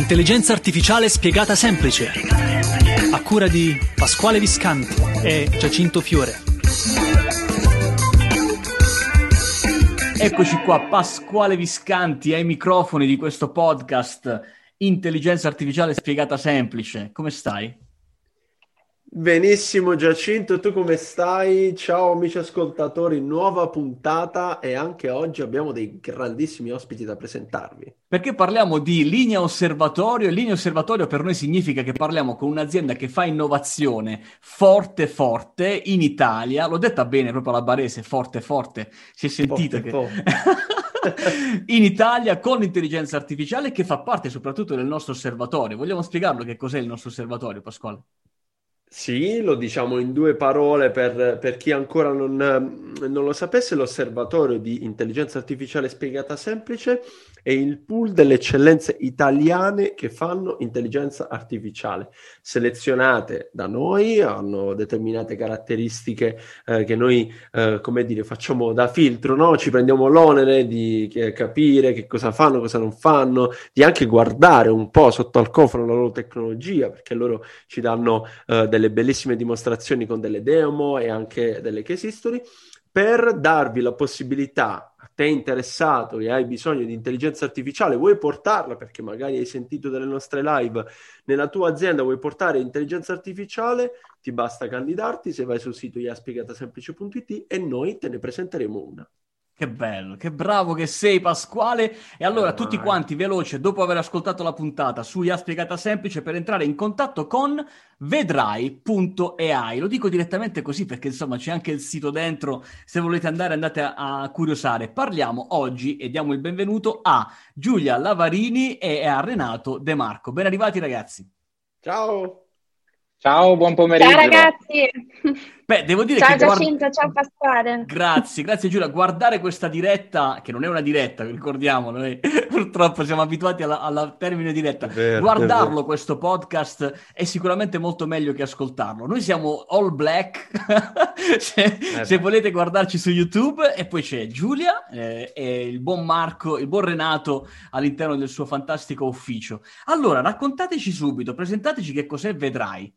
Intelligenza artificiale spiegata semplice, a cura di Pasquale Viscanti e Giacinto Fiore. Eccoci qua, Pasquale Viscanti ai microfoni di questo podcast Intelligenza artificiale spiegata semplice. Come stai? Benissimo Giacinto, tu come stai? Ciao amici ascoltatori, nuova puntata e anche oggi abbiamo dei grandissimi ospiti da presentarvi. Perché parliamo di linea osservatorio e linea osservatorio per noi significa che parliamo con un'azienda che fa innovazione forte in Italia. L'ho detta bene proprio alla barese, forte, si è sentito Forte. in Italia con l'intelligenza artificiale che fa parte soprattutto del nostro osservatorio. Vogliamo spiegarlo che cos'è il nostro osservatorio, Pasquale? Sì, lo diciamo in due parole per chi ancora non lo sapesse, l'Osservatorio di Intelligenza Artificiale Spiegata Semplice è il pool delle eccellenze italiane che fanno intelligenza artificiale, selezionate da noi, hanno determinate caratteristiche che noi, come dire, facciamo da filtro, no? Ci prendiamo l'onere di capire che cosa fanno, cosa non fanno, di anche guardare un po' sotto al cofano la loro tecnologia, perché loro ci danno delle bellissime dimostrazioni con delle demo e anche delle case history, per darvi la possibilità, a te interessato e hai bisogno di intelligenza artificiale, vuoi portarla perché magari hai sentito delle nostre live nella tua azienda, vuoi portare intelligenza artificiale, ti basta candidarti se vai sul sito iaspiegatasemplice.it e noi te ne presenteremo una. Che bello, che bravo che sei Pasquale. E allora tutti quanti veloce, dopo aver ascoltato la puntata su IA Spiegata Semplice, per entrare in contatto con vedrai.ai. Lo dico direttamente così perché insomma c'è anche il sito dentro, se volete andare andate a curiosare. Parliamo oggi e diamo il benvenuto a Giulia Lavarini e a Renato De Marco. Ben arrivati ragazzi. Ciao! Ciao, buon pomeriggio. Ciao ragazzi. Beh, devo dire ciao che Giacinto, ciao Pasquale. Grazie Giulia. Guardare questa diretta, che non è una diretta, ricordiamo, noi purtroppo siamo abituati alla termine diretta. Guardarlo, questo podcast, è sicuramente molto meglio che ascoltarlo. Noi siamo all black, se volete guardarci su YouTube, e poi c'è Giulia e il buon Marco, il buon Renato all'interno del suo fantastico ufficio. Allora, raccontateci subito, presentateci che cos'è Vedrai.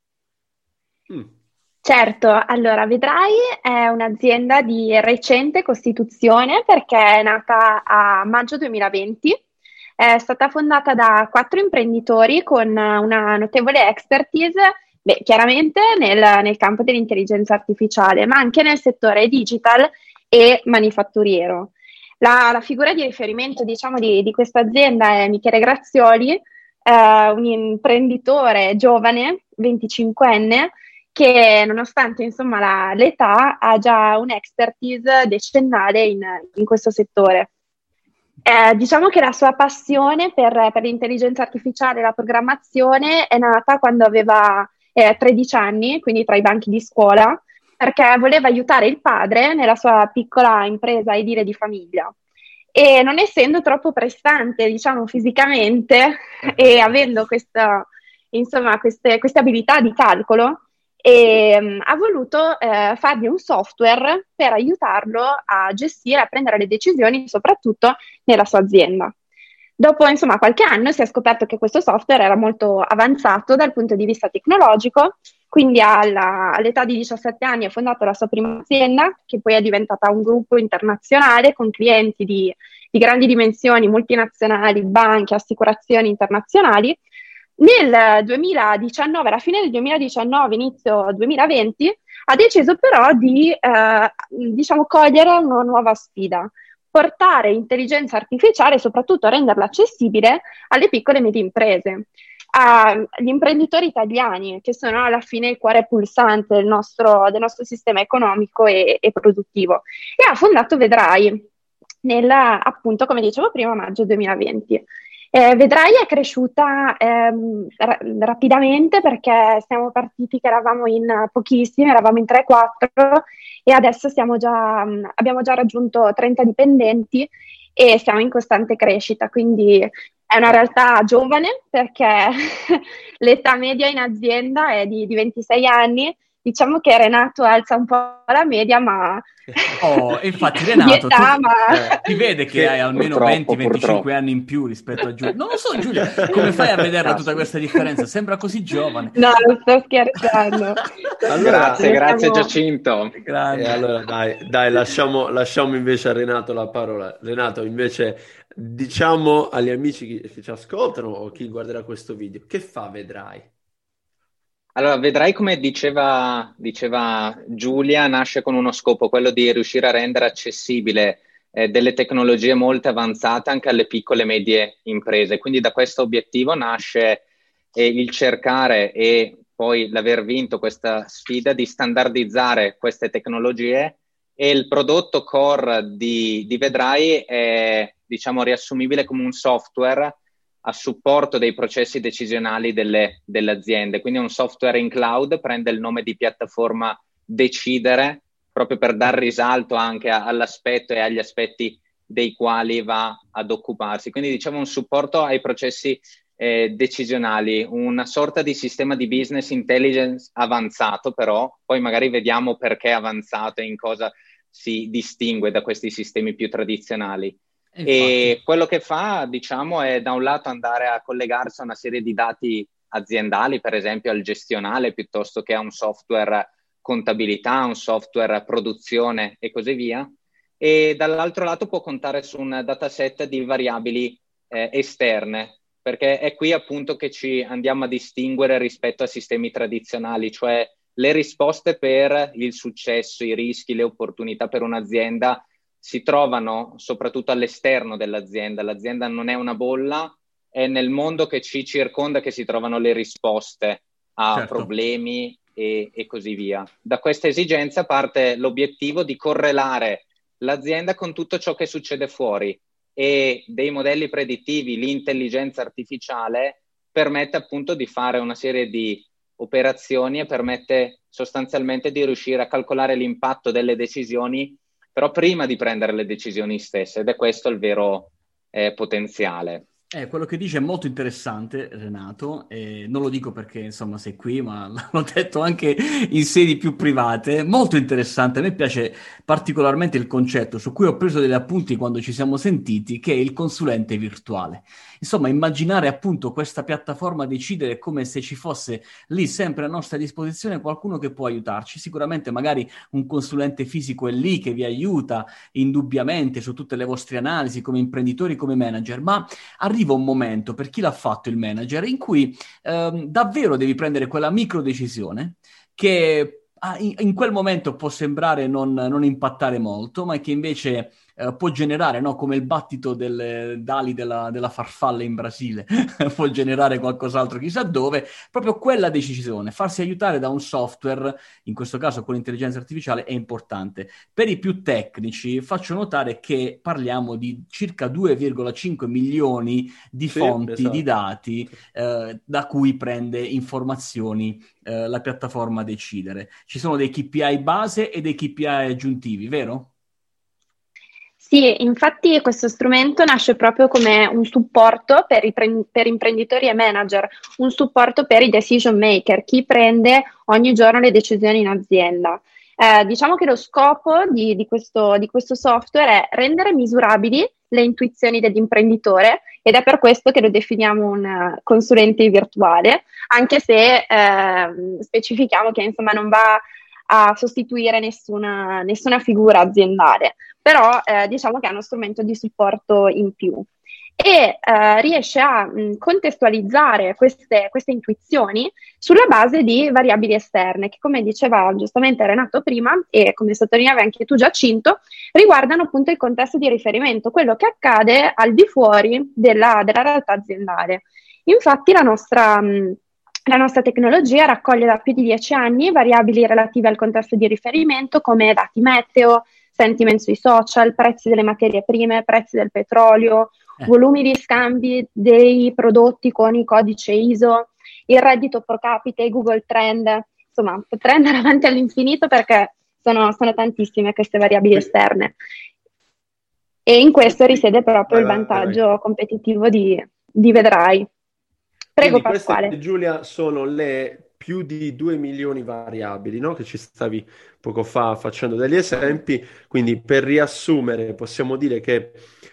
Certo, allora Vedrai è un'azienda di recente costituzione perché è nata a maggio 2020, è stata fondata da 4 imprenditori con una notevole expertise, chiaramente nel campo dell'intelligenza artificiale, ma anche nel settore digital e manifatturiero. La figura di riferimento, diciamo, di questa azienda è Michele Grazioli, un imprenditore giovane, 25enne, che nonostante insomma l'età ha già un'expertise decennale in questo settore. Diciamo che la sua passione per l'intelligenza artificiale e la programmazione è nata quando aveva 13 anni, quindi tra i banchi di scuola, perché voleva aiutare il padre nella sua piccola impresa edile di famiglia. E non essendo troppo prestante, diciamo, fisicamente e avendo queste abilità di calcolo, ha voluto fargli un software per aiutarlo a gestire, a prendere le decisioni, soprattutto nella sua azienda. Dopo, insomma, qualche anno si è scoperto che questo software era molto avanzato dal punto di vista tecnologico, quindi all'età di 17 anni ha fondato la sua prima azienda, che poi è diventata un gruppo internazionale con clienti di grandi dimensioni, multinazionali, banche, assicurazioni internazionali. Nel 2019, alla fine del 2019, inizio 2020, ha deciso però di cogliere una nuova sfida, portare intelligenza artificiale e soprattutto renderla accessibile alle piccole e medie imprese, agli imprenditori italiani, che sono alla fine il cuore pulsante del nostro sistema economico e produttivo. E ha fondato Vedrai appunto, come dicevo prima, maggio 2020. Vedrai è cresciuta rapidamente perché siamo partiti che eravamo in pochissimi, eravamo in 3-4 e adesso abbiamo già raggiunto 30 dipendenti e siamo in costante crescita, quindi è una realtà giovane perché l'età media in azienda è di 26 anni, diciamo che Renato alza un po' la media, ma... infatti Renato, età, ti vede che hai almeno 20-25 anni in più rispetto a Giulia. Non lo so, Giulia, come fai a vederla tutta questa differenza? Sembra così giovane. No, non sto scherzando. Allora, grazie Giacinto. Allora dai, lasciamo invece a Renato la parola. Renato, invece, diciamo agli amici che ci ascoltano o chi guarderà questo video, che fa Vedrai? Allora, Vedrai, come diceva Giulia, nasce con uno scopo, quello di riuscire a rendere accessibile delle tecnologie molto avanzate anche alle piccole e medie imprese. Quindi da questo obiettivo nasce il cercare e poi l'aver vinto questa sfida di standardizzare queste tecnologie, e il prodotto core di Vedrai è, diciamo, riassumibile come un software a supporto dei processi decisionali delle aziende. Quindi è un software in cloud, prende il nome di piattaforma Decidere, proprio per dar risalto anche all'aspetto e agli aspetti dei quali va ad occuparsi. Quindi diciamo un supporto ai processi decisionali, una sorta di sistema di business intelligence avanzato, però poi magari vediamo perché avanzato e in cosa si distingue da questi sistemi più tradizionali. E quello che fa, diciamo, è da un lato andare a collegarsi a una serie di dati aziendali, per esempio al gestionale, piuttosto che a un software contabilità, un software produzione e così via, e dall'altro lato può contare su un dataset di variabili esterne, perché è qui appunto che ci andiamo a distinguere rispetto a sistemi tradizionali, cioè le risposte per il successo, i rischi, le opportunità per un'azienda si trovano soprattutto all'esterno dell'azienda. L'azienda non è una bolla, è nel mondo che ci circonda che si trovano le risposte a problemi e così via. Da questa esigenza parte l'obiettivo di correlare l'azienda con tutto ciò che succede fuori, e dei modelli predittivi, l'intelligenza artificiale permette appunto di fare una serie di operazioni e permette sostanzialmente di riuscire a calcolare l'impatto delle decisioni, però prima di prendere le decisioni stesse, ed è questo il vero potenziale. Quello che dice è molto interessante, Renato, non lo dico perché insomma sei qui, ma l'ho detto anche in sedi più private. Molto interessante, a me piace particolarmente il concetto su cui ho preso degli appunti quando ci siamo sentiti, che è il consulente virtuale. Insomma, immaginare appunto questa piattaforma Decidere come se ci fosse lì sempre a nostra disposizione qualcuno che può aiutarci. Sicuramente magari un consulente fisico è lì che vi aiuta indubbiamente su tutte le vostre analisi come imprenditori, come manager, ma arriva un momento, per chi l'ha fatto il manager, in cui davvero devi prendere quella micro decisione che in quel momento può sembrare non impattare molto, ma che invece può generare, no, come il battito delle ali della farfalla in Brasile, può generare qualcos'altro chissà dove. Proprio quella decisione, farsi aiutare da un software, in questo caso con l'intelligenza artificiale, è importante. Per i più tecnici faccio notare che parliamo di circa 2,5 milioni di fonti di dati da cui prende informazioni la piattaforma Decidere. Ci sono dei KPI base e dei KPI aggiuntivi, vero? Sì, infatti questo strumento nasce proprio come un supporto per imprenditori e manager, un supporto per i decision maker, chi prende ogni giorno le decisioni in azienda. Diciamo che lo scopo di questo software è rendere misurabili le intuizioni dell'imprenditore, ed è per questo che lo definiamo un consulente virtuale, anche se specifichiamo che insomma non va a sostituire nessuna figura aziendale, però diciamo che è uno strumento di supporto in più e riesce a contestualizzare queste intuizioni sulla base di variabili esterne che, come diceva giustamente Renato prima e come sottolineavi anche tu Giacinto, riguardano appunto il contesto di riferimento, quello che accade al di fuori della realtà aziendale. Infatti la nostra tecnologia raccoglie da più di 10 anni variabili relative al contesto di riferimento come dati meteo, sentiment sui social, prezzi delle materie prime, prezzi del petrolio, volumi di scambi dei prodotti con il codice ISO, il reddito pro capite, Google Trend. Insomma, potrei andare avanti all'infinito perché sono tantissime queste variabili esterne. E in questo risiede proprio il vantaggio competitivo di Vedrai. Prego, Quindi Pasquale. queste, Giulia, sono le più di 2 milioni variabili, no? Che ci stavi poco fa facendo degli esempi. Quindi per riassumere possiamo dire che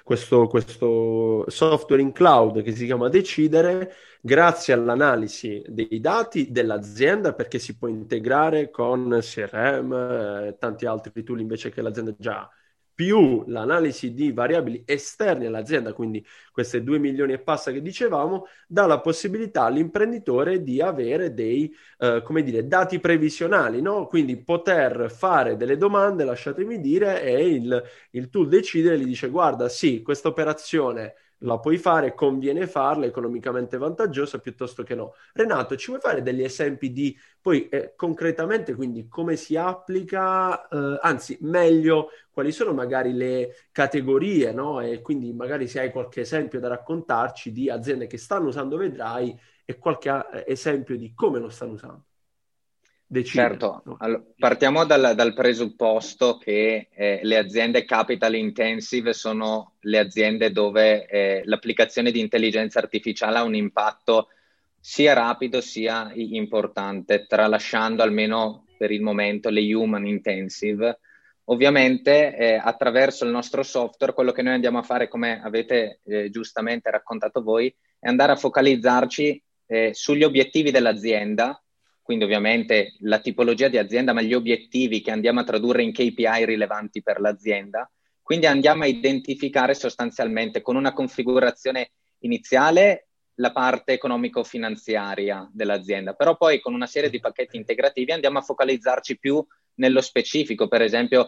questo software in cloud che si chiama Decidere, grazie all'analisi dei dati dell'azienda, perché si può integrare con CRM e tanti altri tool invece che l'azienda già ha, più l'analisi di variabili esterne all'azienda, quindi queste 2 milioni e passa che dicevamo, dà la possibilità all'imprenditore di avere dei, come dire, dati previsionali, no? Quindi poter fare delle domande, lasciatemi dire, e il tool Decidere gli dice: guarda, sì, questa operazione la puoi fare, conviene farla, economicamente vantaggiosa piuttosto che no. Renato, ci vuoi fare degli esempi di poi concretamente quindi come si applica, anzi meglio quali sono magari le categorie, no? E quindi magari se hai qualche esempio da raccontarci di aziende che stanno usando Vedrai e qualche esempio di come lo stanno usando. Decidere. Certo, allora, partiamo dal presupposto che le aziende capital intensive sono le aziende dove l'applicazione di intelligenza artificiale ha un impatto sia rapido sia importante, tralasciando almeno per il momento le human intensive. Ovviamente attraverso il nostro software quello che noi andiamo a fare, come avete giustamente raccontato voi, è andare a focalizzarci sugli obiettivi dell'azienda. Quindi ovviamente la tipologia di azienda, ma gli obiettivi che andiamo a tradurre in KPI rilevanti per l'azienda. Quindi andiamo a identificare sostanzialmente con una configurazione iniziale la parte economico-finanziaria dell'azienda, però poi con una serie di pacchetti integrativi andiamo a focalizzarci più nello specifico, per esempio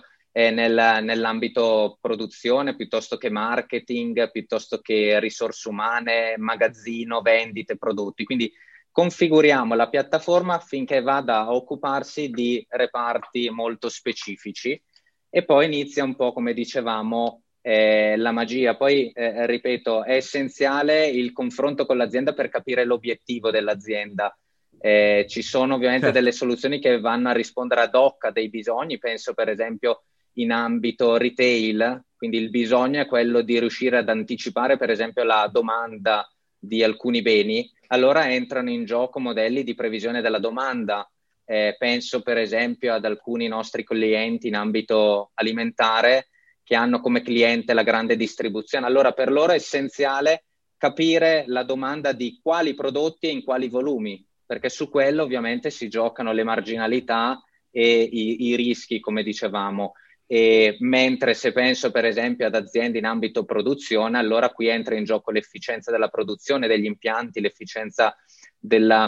nell'ambito produzione, piuttosto che marketing, piuttosto che risorse umane, magazzino, vendite, prodotti. Quindi configuriamo la piattaforma affinché vada a occuparsi di reparti molto specifici e poi inizia un po', come dicevamo, la magia. Poi, ripeto, è essenziale il confronto con l'azienda per capire l'obiettivo dell'azienda. Ci sono ovviamente delle soluzioni che vanno a rispondere ad hoc a dei bisogni, penso per esempio in ambito retail, quindi il bisogno è quello di riuscire ad anticipare per esempio la domanda di alcuni beni, allora entrano in gioco modelli di previsione della domanda. Penso per esempio ad alcuni nostri clienti in ambito alimentare che hanno come cliente la grande distribuzione. Allora per loro è essenziale capire la domanda di quali prodotti e in quali volumi, perché su quello ovviamente si giocano le marginalità e i rischi, come dicevamo. E mentre se penso per esempio ad aziende in ambito produzione, allora qui entra in gioco l'efficienza della produzione degli impianti, l'efficienza della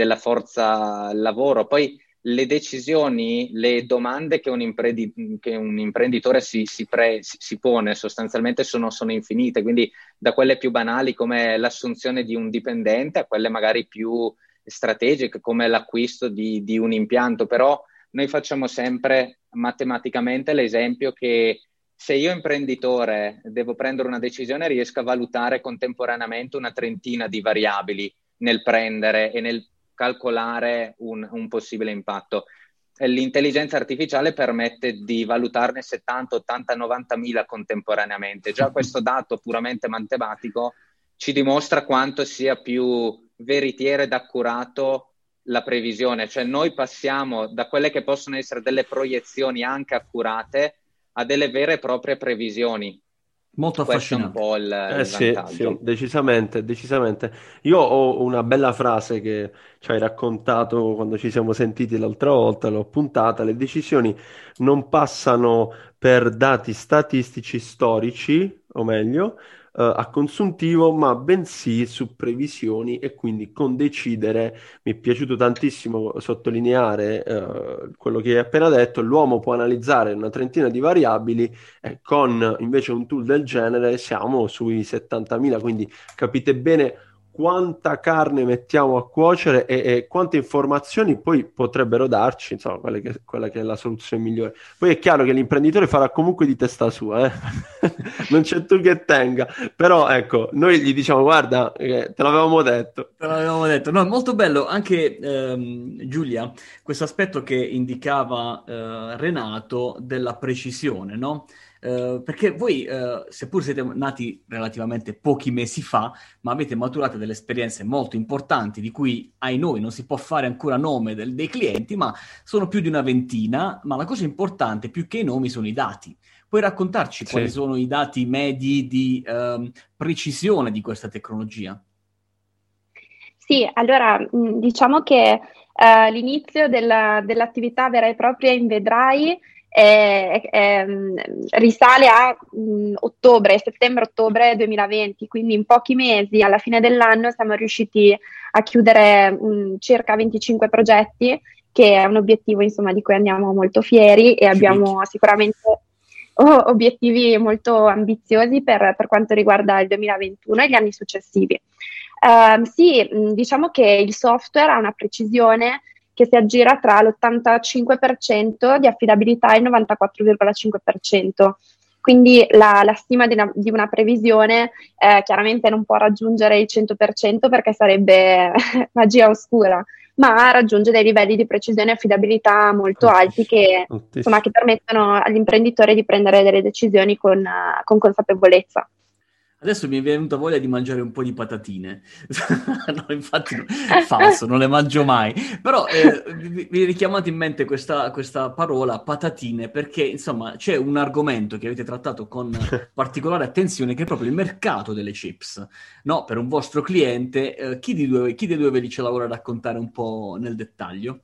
forza lavoro. Poi le decisioni, le domande che un imprenditore si pone sostanzialmente sono infinite, quindi da quelle più banali come l'assunzione di un dipendente a quelle magari più strategiche come l'acquisto di un impianto. Però noi facciamo sempre matematicamente l'esempio che se io imprenditore devo prendere una decisione riesco a valutare contemporaneamente una trentina di variabili nel prendere e nel calcolare un possibile impatto. L'intelligenza artificiale permette di valutarne 70, 80, 90 mila contemporaneamente. Già questo dato puramente matematico ci dimostra quanto sia più veritiero ed accurato la previsione, cioè noi passiamo da quelle che possono essere delle proiezioni anche accurate a delle vere e proprie previsioni. Molto affascinante. Questo è un po' il vantaggio. Sì, decisamente. Io ho una bella frase che ci hai raccontato quando ci siamo sentiti l'altra volta, l'ho puntata: le decisioni non passano per dati statistici storici, o meglio, a consuntivo, ma bensì su previsioni, e quindi con Decidere mi è piaciuto tantissimo sottolineare quello che hai appena detto. L'uomo può analizzare una trentina di variabili, con invece un tool del genere siamo sui 70.000, quindi capite bene quanta carne mettiamo a cuocere e quante informazioni poi potrebbero darci, insomma, quella che è la soluzione migliore. Poi è chiaro che l'imprenditore farà comunque di testa sua, non c'è tu che tenga, però ecco, noi gli diciamo: guarda, te l'avevamo detto. No, è molto bello anche, Giulia, questo aspetto che indicava Renato della precisione, no? perché voi, seppur siete nati relativamente pochi mesi fa, ma avete maturato delle esperienze molto importanti, di cui ai noi non si può fare ancora nome dei clienti, ma sono più di una ventina, ma la cosa importante, più che i nomi, sono i dati. Puoi raccontarci quali sono i dati medi di precisione di questa tecnologia? Sì, allora diciamo che l'inizio dell'attività vera e propria in Vedrai risale a settembre-ottobre 2020, quindi in pochi mesi, alla fine dell'anno, siamo riusciti a chiudere circa 25 progetti, che è un obiettivo insomma di cui andiamo molto fieri e abbiamo sicuramente obiettivi molto ambiziosi per quanto riguarda il 2021 e gli anni successivi. Sì, diciamo che il software ha una precisione che si aggira tra l'85% di affidabilità e il 94,5%. Quindi la stima di una previsione chiaramente non può raggiungere il 100% perché sarebbe magia oscura, ma raggiunge dei livelli di precisione e affidabilità molto alti che permettono all'imprenditore di prendere delle decisioni con consapevolezza. Adesso mi è venuta voglia di mangiare un po' di patatine. No, infatti falso, non le mangio mai. Però vi richiamate in mente questa parola patatine perché, insomma, c'è un argomento che avete trattato con particolare attenzione che è proprio il mercato delle chips. No? Per un vostro cliente, chi dei due ve li ce la vuole raccontare un po' nel dettaglio?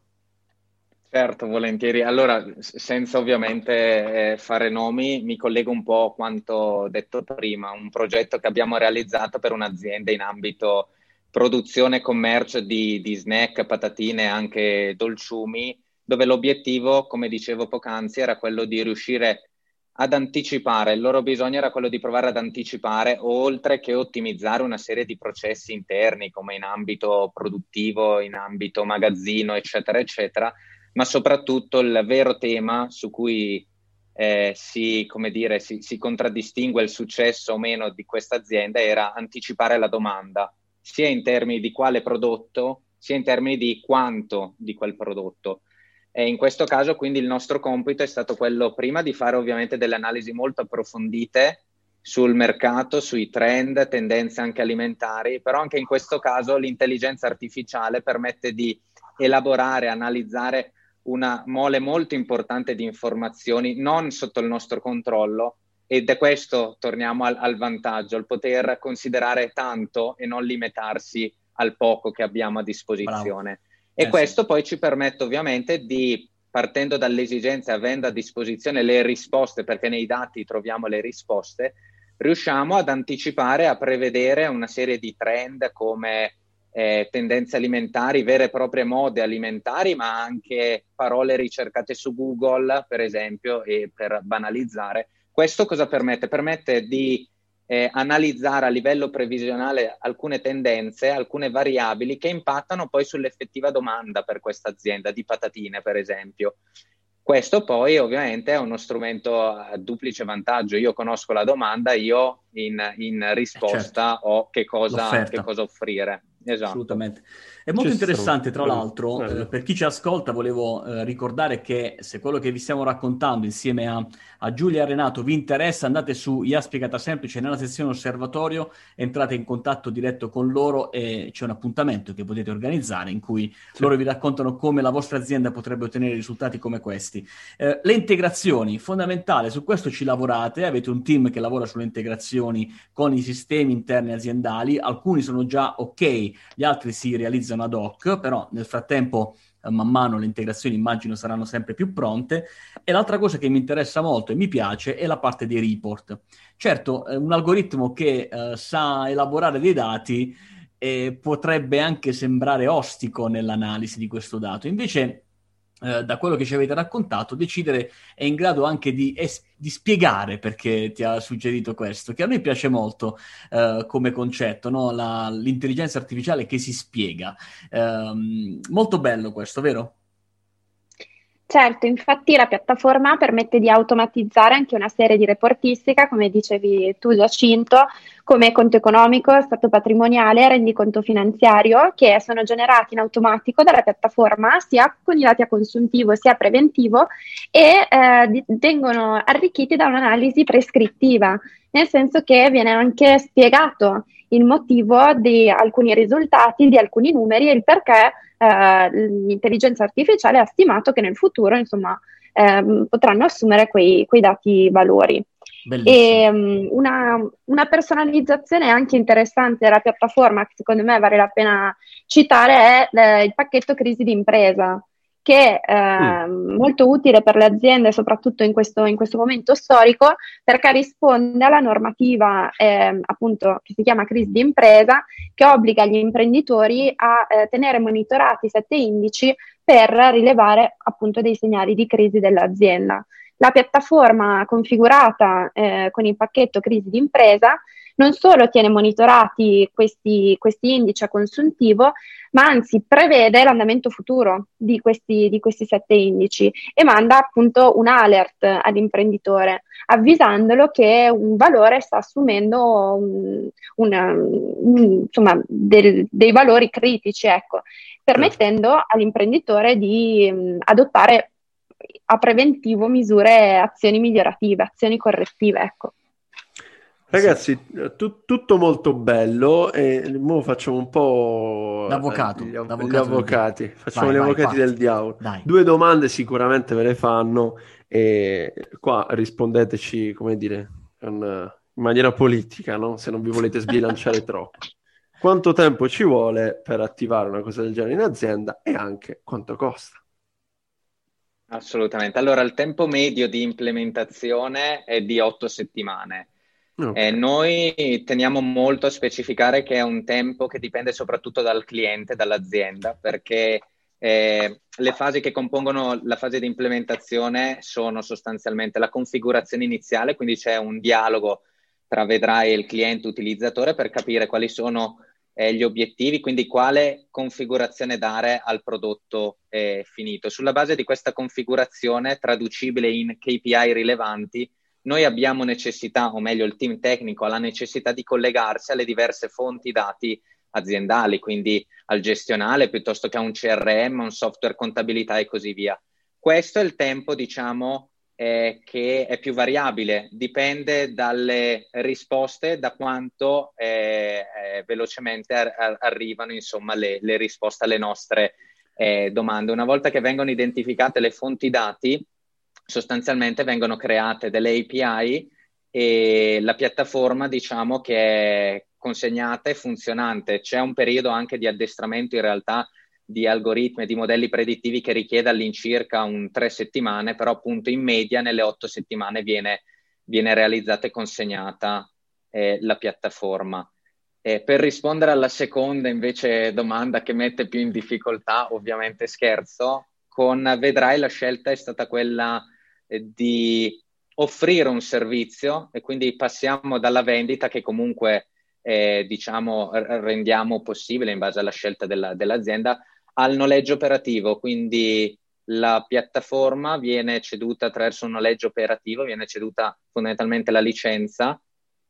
Certo, volentieri. Allora, senza ovviamente fare nomi, mi collego un po' a quanto detto prima, un progetto che abbiamo realizzato per un'azienda in ambito produzione e commercio di snack, patatine e anche dolciumi, dove l'obiettivo, come dicevo poc'anzi, era quello di riuscire ad anticipare, il loro bisogno era quello di provare ad anticipare, oltre che ottimizzare una serie di processi interni, come in ambito produttivo, in ambito magazzino, eccetera, eccetera, ma soprattutto il vero tema su cui si contraddistingue il successo o meno di questa azienda era anticipare la domanda, sia in termini di quale prodotto, sia in termini di quanto di quel prodotto. E in questo caso quindi il nostro compito è stato quello prima di fare ovviamente delle analisi molto approfondite sul mercato, sui trend, tendenze anche alimentari, però anche in questo caso l'intelligenza artificiale permette di elaborare, analizzare una mole molto importante di informazioni non sotto il nostro controllo, ed è questo, torniamo al vantaggio, il poter considerare tanto e non limitarsi al poco che abbiamo a disposizione. E questo poi ci permette ovviamente di, partendo dalle esigenze, avendo a disposizione le risposte, perché nei dati troviamo le risposte, riusciamo ad anticipare, a prevedere una serie di trend come tendenze alimentari, vere e proprie mode alimentari, ma anche parole ricercate su Google, per esempio, e per banalizzare. Questo cosa permette? Permette di analizzare a livello previsionale alcune tendenze, alcune variabili che impattano poi sull'effettiva domanda per questa azienda di patatine, per esempio. Questo poi ovviamente è uno strumento a duplice vantaggio. Io conosco la domanda, io in risposta ho che cosa offrire. Esatto. Assolutamente. È molto interessante, tra l'altro, per chi ci ascolta, volevo ricordare che se quello che vi stiamo raccontando insieme a Giulia e a Renato vi interessa, andate su IA Spiegata Semplice nella sezione osservatorio, entrate in contatto diretto con loro e c'è un appuntamento che potete organizzare in cui loro vi raccontano come la vostra azienda potrebbe ottenere risultati come questi. Le integrazioni, fondamentale, su questo ci lavorate, avete un team che lavora sulle integrazioni con i sistemi interni aziendali, alcuni sono già ok, gli altri si realizzano ad hoc, però nel frattempo man mano le integrazioni immagino saranno sempre più pronte. E l'altra cosa che mi interessa molto e mi piace è la parte dei report. Certo, un algoritmo che sa elaborare dei dati potrebbe anche sembrare ostico nell'analisi di questo dato, invece da quello che ci avete raccontato, Decidere è in grado anche di spiegare perché ti ha suggerito questo, che a noi piace molto come concetto, no? L'intelligenza artificiale che si spiega. Molto bello questo, vero? Certo, infatti la piattaforma permette di automatizzare anche una serie di reportistica, come dicevi tu Giacinto, come conto economico, stato patrimoniale, rendiconto finanziario, che sono generati in automatico dalla piattaforma sia con i dati a consuntivo sia preventivo e vengono arricchiti da un'analisi prescrittiva, nel senso che viene anche spiegato il motivo di alcuni risultati, di alcuni numeri e il perché l'intelligenza artificiale ha stimato che nel futuro, insomma, potranno assumere quei dati valori. E una personalizzazione anche interessante della piattaforma, che secondo me vale la pena citare, è il pacchetto crisi d'impresa, che è molto utile per le aziende, soprattutto in questo momento storico, perché risponde alla normativa appunto che si chiama crisi d'impresa, che obbliga gli imprenditori a tenere monitorati 7 indici per rilevare appunto dei segnali di crisi dell'azienda. La piattaforma configurata con il pacchetto crisi d'impresa non solo tiene monitorati questi indici a consuntivo, ma anzi prevede l'andamento futuro di questi 7 indici e manda appunto un alert all'imprenditore, avvisandolo che un valore sta assumendo insomma, dei valori critici, ecco, permettendo all'imprenditore di adottare a preventivo misure, azioni migliorative, azioni correttive, ecco. Ragazzi, tutto molto bello e ora facciamo un po' gli avvocati, facciamo gli avvocati del diavolo. Dai. 2 domande sicuramente ve le fanno e qua rispondeteci, come dire, in maniera politica, no? Se non vi volete sbilanciare troppo. Quanto tempo ci vuole per attivare una cosa del genere in azienda e anche quanto costa? Assolutamente. Allora, il tempo medio di implementazione è di 8 settimane. Okay. Noi teniamo molto a specificare che è un tempo che dipende soprattutto dal cliente, dall'azienda, perché le fasi che compongono la fase di implementazione sono sostanzialmente la configurazione iniziale, quindi c'è un dialogo tra Vedrai e il cliente utilizzatore per capire quali sono gli obiettivi, quindi quale configurazione dare al prodotto finito. Sulla base di questa configurazione, traducibile in KPI rilevanti, noi abbiamo necessità, o meglio il team tecnico ha la necessità di collegarsi alle diverse fonti dati aziendali, quindi al gestionale piuttosto che a un CRM, un software contabilità e così via. Questo è il tempo, diciamo, che è più variabile, dipende dalle risposte, da quanto velocemente arrivano, insomma, le risposte alle nostre domande. Una volta che vengono identificate le fonti dati, sostanzialmente vengono create delle API e la piattaforma, diciamo, che è consegnata e funzionante. C'è un periodo anche di addestramento in realtà di algoritmi e di modelli predittivi che richiede all'incirca 3 settimane, però appunto in media nelle 8 settimane viene realizzata e consegnata la piattaforma. Per rispondere alla seconda invece domanda che mette più in difficoltà, ovviamente scherzo, con Vedrai la scelta è stata quella di offrire un servizio e quindi passiamo dalla vendita che comunque diciamo rendiamo possibile in base alla scelta dell'azienda al noleggio operativo, quindi la piattaforma viene ceduta attraverso un noleggio operativo, viene ceduta fondamentalmente la licenza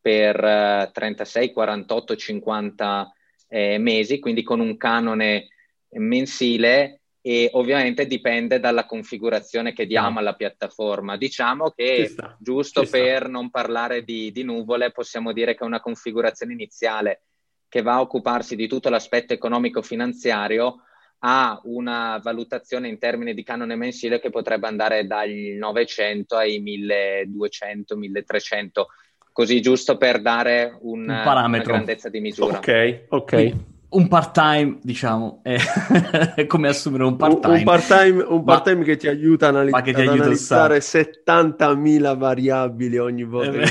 per 36, 48, 50 mesi, quindi con un canone mensile e ovviamente dipende dalla configurazione che diamo alla piattaforma. Diciamo che giusto per non parlare di nuvole possiamo dire che una configurazione iniziale che va a occuparsi di tutto l'aspetto economico-finanziario ha una valutazione in termini di canone mensile che potrebbe andare dai 900 ai 1200, 1300, così giusto per dare un parametro, una grandezza di misura. Ok. Quindi, un part-time, diciamo, è come assumere un part-time. Un part-time che ti aiuta ad analizzare 70.000 variabili ogni volta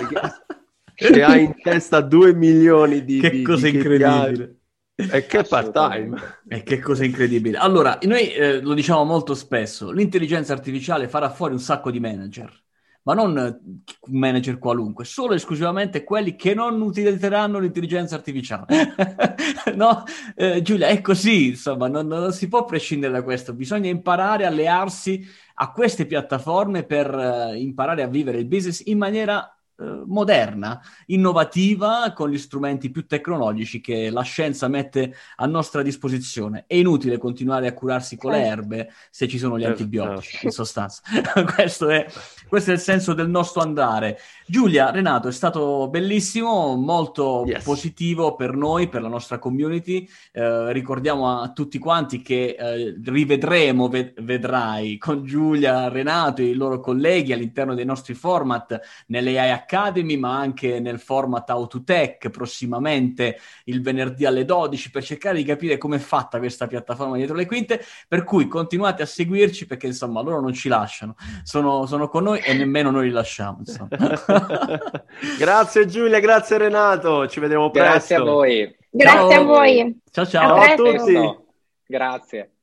che hai in testa 2 milioni di che cosa incredibile. E che part-time. E che cosa incredibile. Allora, noi lo diciamo molto spesso, l'intelligenza artificiale farà fuori un sacco di manager, ma non un manager qualunque, solo e esclusivamente quelli che non utilizzeranno l'intelligenza artificiale. No? Giulia, è così, insomma, non si può prescindere da questo, bisogna imparare a allearsi a queste piattaforme per imparare a vivere il business in maniera moderna, innovativa, con gli strumenti più tecnologici che la scienza mette a nostra disposizione. È inutile continuare a curarsi con le erbe se ci sono gli antibiotici, in sostanza. Questo è il senso del nostro andare. Giulia, Renato, è stato bellissimo, molto positivo per noi, per la nostra community. Ricordiamo a tutti quanti che rivedremo, vedrai, con Giulia, Renato e i loro colleghi all'interno dei nostri format nell'AI Academy, ma anche nel format How to Tech prossimamente il venerdì alle 12, per cercare di capire com'è fatta questa piattaforma dietro le quinte, per cui continuate a seguirci perché insomma loro non ci lasciano, sono con noi e nemmeno noi li lasciamo, insomma. Grazie Giulia, grazie Renato, ci vediamo presto. Grazie a voi. Grazie a voi. Ciao ciao a tutti. Grazie.